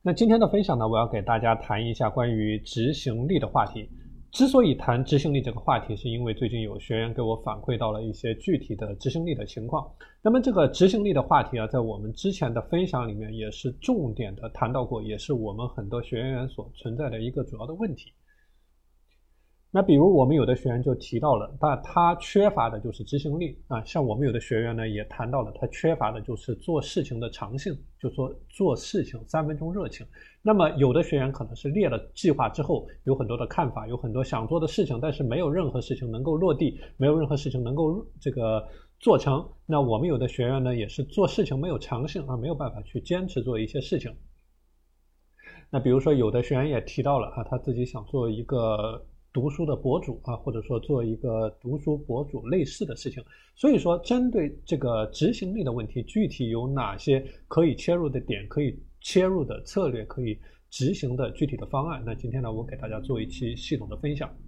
那今天的分享呢，我要给大家谈一下关于执行力的话题。之所以谈执行力这个话题，是因为最近有学员给我反馈到了一些具体的执行力的情况。那么这个执行力的话题啊，在我们之前的分享里面也是重点的谈到过，也是我们很多学员所存在的一个主要的问题。那比如我们有的学员就提到了，他缺乏的就是执行力啊，像我们有的学员呢也谈到了，他缺乏的就是做事情的长性，就说做事情3分钟热情。那么有的学员可能是列了计划之后，有很多的看法，有很多想做的事情，但是没有任何事情能够落地，没有任何事情能够做成。那我们有的学员呢也是做事情没有长性啊，没有办法去坚持做一些事情。那比如说有的学员也提到了啊，他自己想做一个读书的博主啊，或者说做一个读书博主类似的事情。所以说针对这个执行力的问题，具体有哪些可以切入的点，可以切入的策略，可以执行的具体的方案，那今天呢我给大家做一期系统的分享。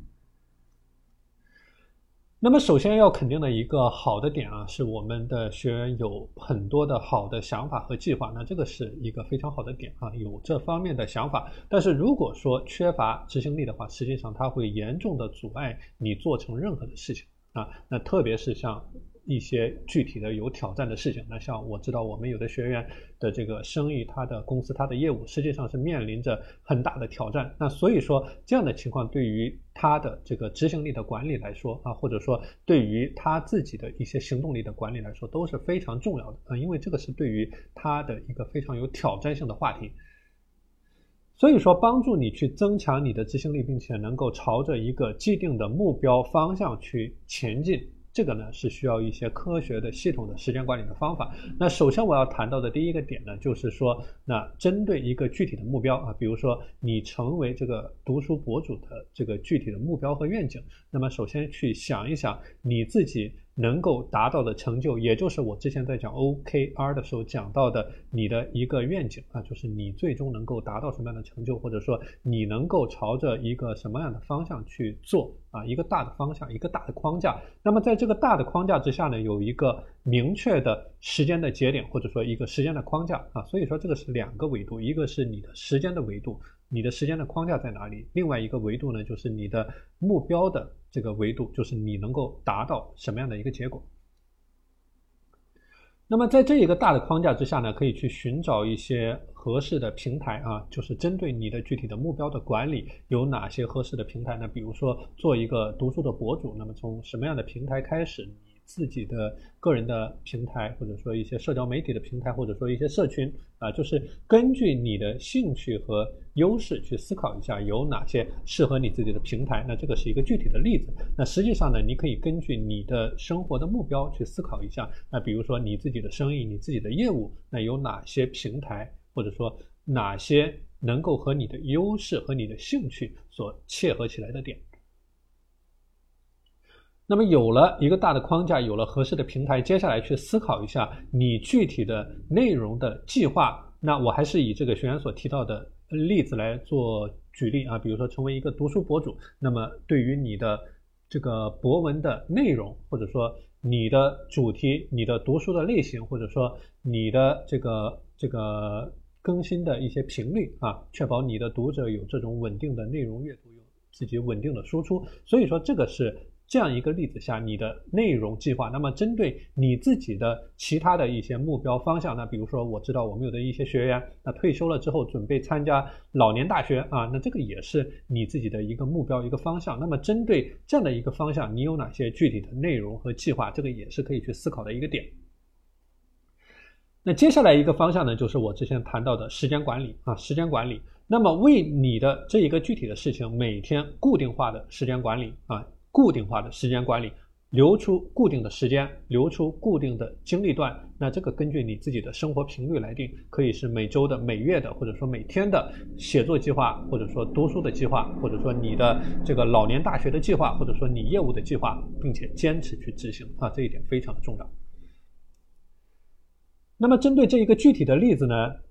那么首先要肯定的一个好的点啊，是我们的学员有很多的好的想法和计划，那这个是一个非常好的点啊，有这方面的想法。但是如果说缺乏执行力的话，实际上它会严重的阻碍你做成任何的事情啊。那特别是像一些具体的有挑战的事情，那像我知道我们有的学员的这个生意，他的公司，他的业务实际上是面临着很大的挑战。那所以说这样的情况对于他的这个执行力的管理来说啊，或者说对于他自己的一些行动力的管理来说都是非常重要的啊，因为这个是对于他的一个非常有挑战性的话题。所以说帮助你去增强你的执行力，并且能够朝着一个既定的目标方向去前进，这个呢是需要一些科学的系统的时间管理的方法。那首先我要谈到的第一个点呢，就是说那针对一个具体的目标啊，比如说你成为这个读书博主的这个具体的目标和愿景，那么首先去想一想你自己能够达到的成就，也就是我之前在讲 OKR 的时候讲到的你的一个愿景啊，就是你最终能够达到什么样的成就，或者说你能够朝着一个什么样的方向去做啊，一个大的方向，一个大的框架。那么在这个大的框架之下呢，有一个明确的时间的节点，或者说一个时间的框架啊，所以说这个是2个维度，一个是你的时间的维度，你的时间的框架在哪里，另外一个维度呢就是你的目标的这个维度，就是你能够达到什么样的一个结果。那么在这一个大的框架之下呢，可以去寻找一些合适的平台啊，就是针对你的具体的目标的管理有哪些合适的平台呢？比如说做一个读书的博主，那么从什么样的平台开始，你自己的个人的平台，或者说一些社交媒体的平台，或者说一些社群啊，就是根据你的兴趣和优势去思考一下有哪些适合你自己的平台。那这个是一个具体的例子。那实际上呢，你可以根据你的生活的目标去思考一下，那比如说你自己的生意，你自己的业务，那有哪些平台，或者说哪些能够和你的优势和你的兴趣所切合起来的点。那么有了一个大的框架，有了合适的平台，接下来去思考一下你具体的内容的计划。那我还是以这个学员所提到的例子来做举例啊，比如说成为一个读书博主，那么对于你的这个博文的内容，或者说你的主题，你的读书的类型，或者说你的这个更新的一些频率啊，确保你的读者有这种稳定的内容阅读，有自己稳定的输出。所以说这个是这样一个例子下你的内容计划。那么针对你自己的其他的一些目标方向，那比如说我知道我们有的一些学员，那退休了之后准备参加老年大学啊，那这个也是你自己的一个目标，一个方向。那么针对这样的一个方向，你有哪些具体的内容和计划，这个也是可以去思考的一个点。那接下来一个方向呢，就是我之前谈到的时间管理啊，时间管理。那么为你的这一个具体的事情，每天固定化的时间管理啊，固定化的时间管理，留出固定的时间，留出固定的精力段。那这个根据你自己的生活频率来定，可以是每周的、每月的，或者说每天的写作计划，或者说读书的计划，或者说你的这个老年大学的计划，或者说你业务的计划，并且坚持去执行啊，这一点非常的重要。那么针对这一个具体的例子呢，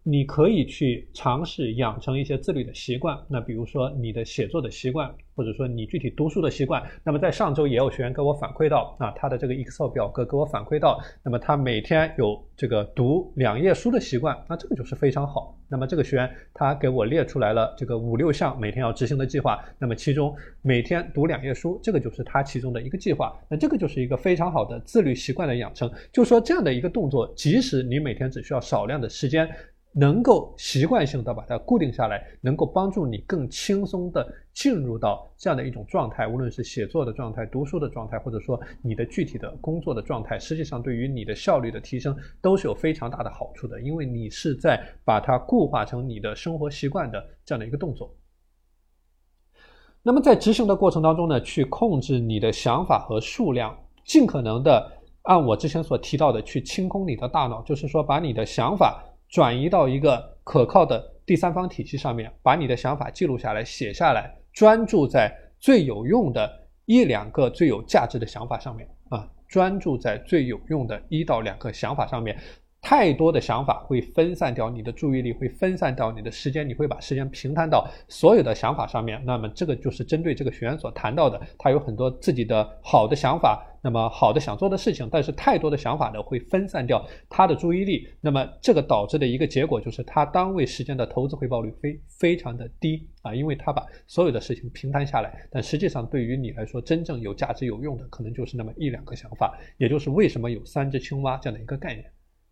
你可以去尝试养成一些自律的习惯，那比如说你的写作的习惯，或者说你具体读书的习惯。那么在上周也有学员给我反馈到他的这个 Excel 表格给我反馈到，那么他每天有这个读2页书的习惯，那这个就是非常好。那么这个学员他给我列出来了这个5、6项每天要执行的计划，那么其中每天读2页书，这个就是他其中的一个计划。那这个就是一个非常好的自律习惯的养成，就是说这样的一个动作，即使你每天只需要少量的时间，能够习惯性的把它固定下来，能够帮助你更轻松的进入到这样的一种状态，无论是写作的状态、读书的状态，或者说你的具体的工作的状态，实际上对于你的效率的提升都是有非常大的好处的，因为你是在把它固化成你的生活习惯的这样的一个动作。那么在执行的过程当中呢，去控制你的想法和数量，尽可能的按我之前所提到的去清空你的大脑，就是说把你的想法转移到一个可靠的第三方体系上面，把你的想法记录下来、写下来，专注在最有用的1、2个最有价值的想法上面专注在最有用的1到2个想法上面。太多的想法会分散掉你的注意力，会分散掉你的时间，你会把时间平摊到所有的想法上面。那么这个就是针对这个学员所谈到的，他有很多自己的好的想法，那么好的想做的事情，但是太多的想法呢会分散掉他的注意力，那么这个导致的一个结果就是他单位时间的投资回报率非常的低因为他把所有的事情平摊下来，但实际上对于你来说真正有价值有用的可能就是那么1、2个想法，也就是为什么有3只青蛙这样的一个概念。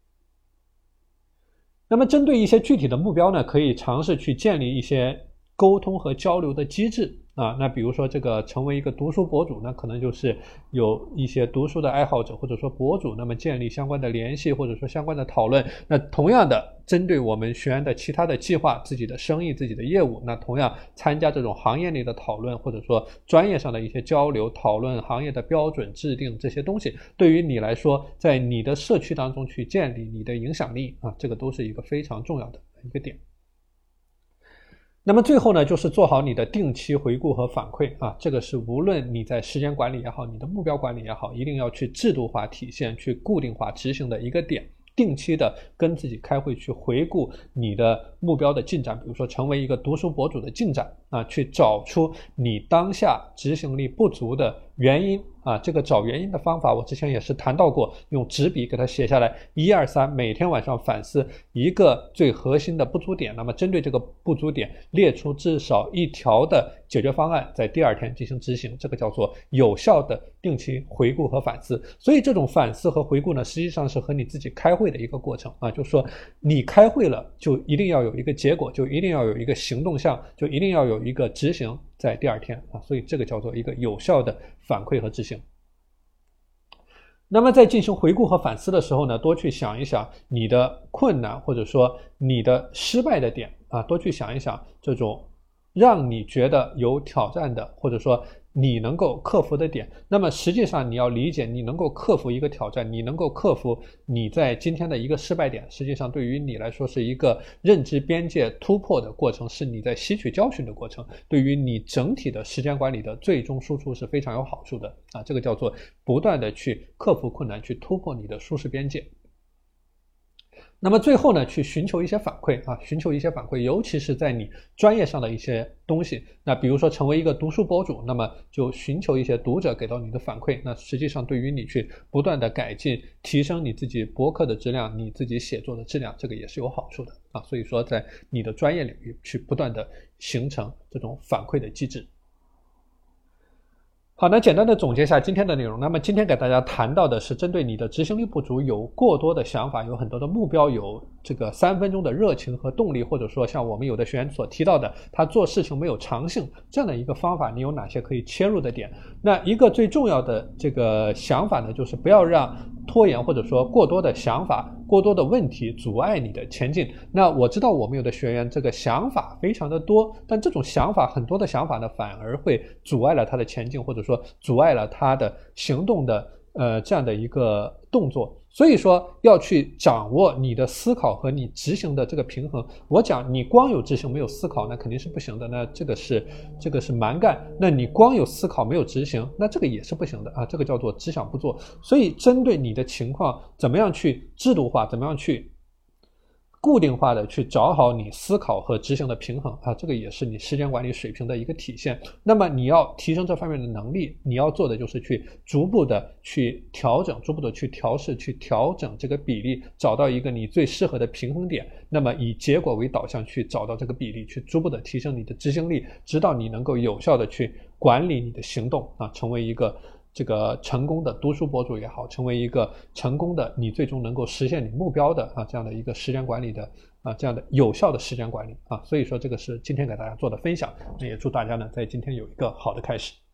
那么针对一些具体的目标呢，可以尝试去建立一些沟通和交流的机制那比如说这个成为一个读书博主，那可能就是有一些读书的爱好者或者说博主，那么建立相关的联系或者说相关的讨论。那同样的，针对我们学员的其他的计划、自己的生意、自己的业务，那同样参加这种行业内的讨论，或者说专业上的一些交流讨论，行业的标准制定这些东西，对于你来说，在你的社区当中去建立你的影响力这个都是一个非常重要的一个点。那么最后呢，就是做好你的定期回顾和反馈这个是无论你在时间管理也好，你的目标管理也好，一定要去制度化体现、去固定化执行的一个点。定期的跟自己开会去回顾你的目标的进展，比如说成为一个读书博主的进展去找出你当下执行力不足的原因这个找原因的方法我之前也是谈到过，用纸笔给它写下来1、2、3，每天晚上反思一个最核心的不足点，那么针对这个不足点列出至少1条的解决方案，在第2天进行执行，这个叫做有效的定期回顾和反思。所以这种反思和回顾呢，实际上是和你自己开会的一个过程就是说你开会了就一定要有一个结果，就一定要有一个行动项，就一定要有一个执行在第2天所以这个叫做一个有效的反馈和执行。那么在进行回顾和反思的时候呢，多去想一想你的困难或者说你的失败的点多去想一想这种让你觉得有挑战的或者说你能够克服的点。那么实际上你要理解，你能够克服一个挑战，你能够克服你在今天的一个失败点，实际上对于你来说是一个认知边界突破的过程，是你在吸取教训的过程，对于你整体的时间管理的最终输出是非常有好处的这个叫做不断的去克服困难，去突破你的舒适边界。那么最后呢，去寻求一些反馈寻求一些反馈，尤其是在你专业上的一些东西。那比如说成为一个读书博主，那么就寻求一些读者给到你的反馈，那实际上对于你去不断的改进提升你自己博客的质量，你自己写作的质量，这个也是有好处的所以说在你的专业领域去不断的形成这种反馈的机制。好，那简单的总结一下今天的内容。那么今天给大家谈到的是针对你的执行力不足，有过多的想法，有很多的目标，有这个3分钟的热情和动力，或者说像我们有的学员所提到的，他做事情没有长性，这样的一个方法，你有哪些可以切入的点？那一个最重要的这个想法呢，就是不要让拖延或者说过多的想法、过多的问题阻碍你的前进。那我知道我们有的学员这个想法非常的多，但这种想法很多的想法呢，反而会阻碍了他的前进，或者说阻碍了他的行动的这样的一个动作。所以说要去掌握你的思考和你执行的这个平衡。我讲你光有执行没有思考那肯定是不行的，那这个是蛮干。那你光有思考没有执行，那这个也是不行的这个叫做只想不做。所以针对你的情况怎么样去制度化，怎么样去固定化的去找好你思考和执行的平衡啊，这个也是你时间管理水平的一个体现。那么你要提升这方面的能力，你要做的就是去逐步的去调整，逐步的去调试，去调整这个比例，找到一个你最适合的平衡点。那么以结果为导向去找到这个比例，去逐步的提升你的执行力，直到你能够有效的去管理你的行动啊，成为一个这个成功的读书博主也好，成为一个成功的你最终能够实现你目标的这样的一个时间管理的这样的有效的时间管理所以说这个是今天给大家做的分享，也祝大家呢在今天有一个好的开始。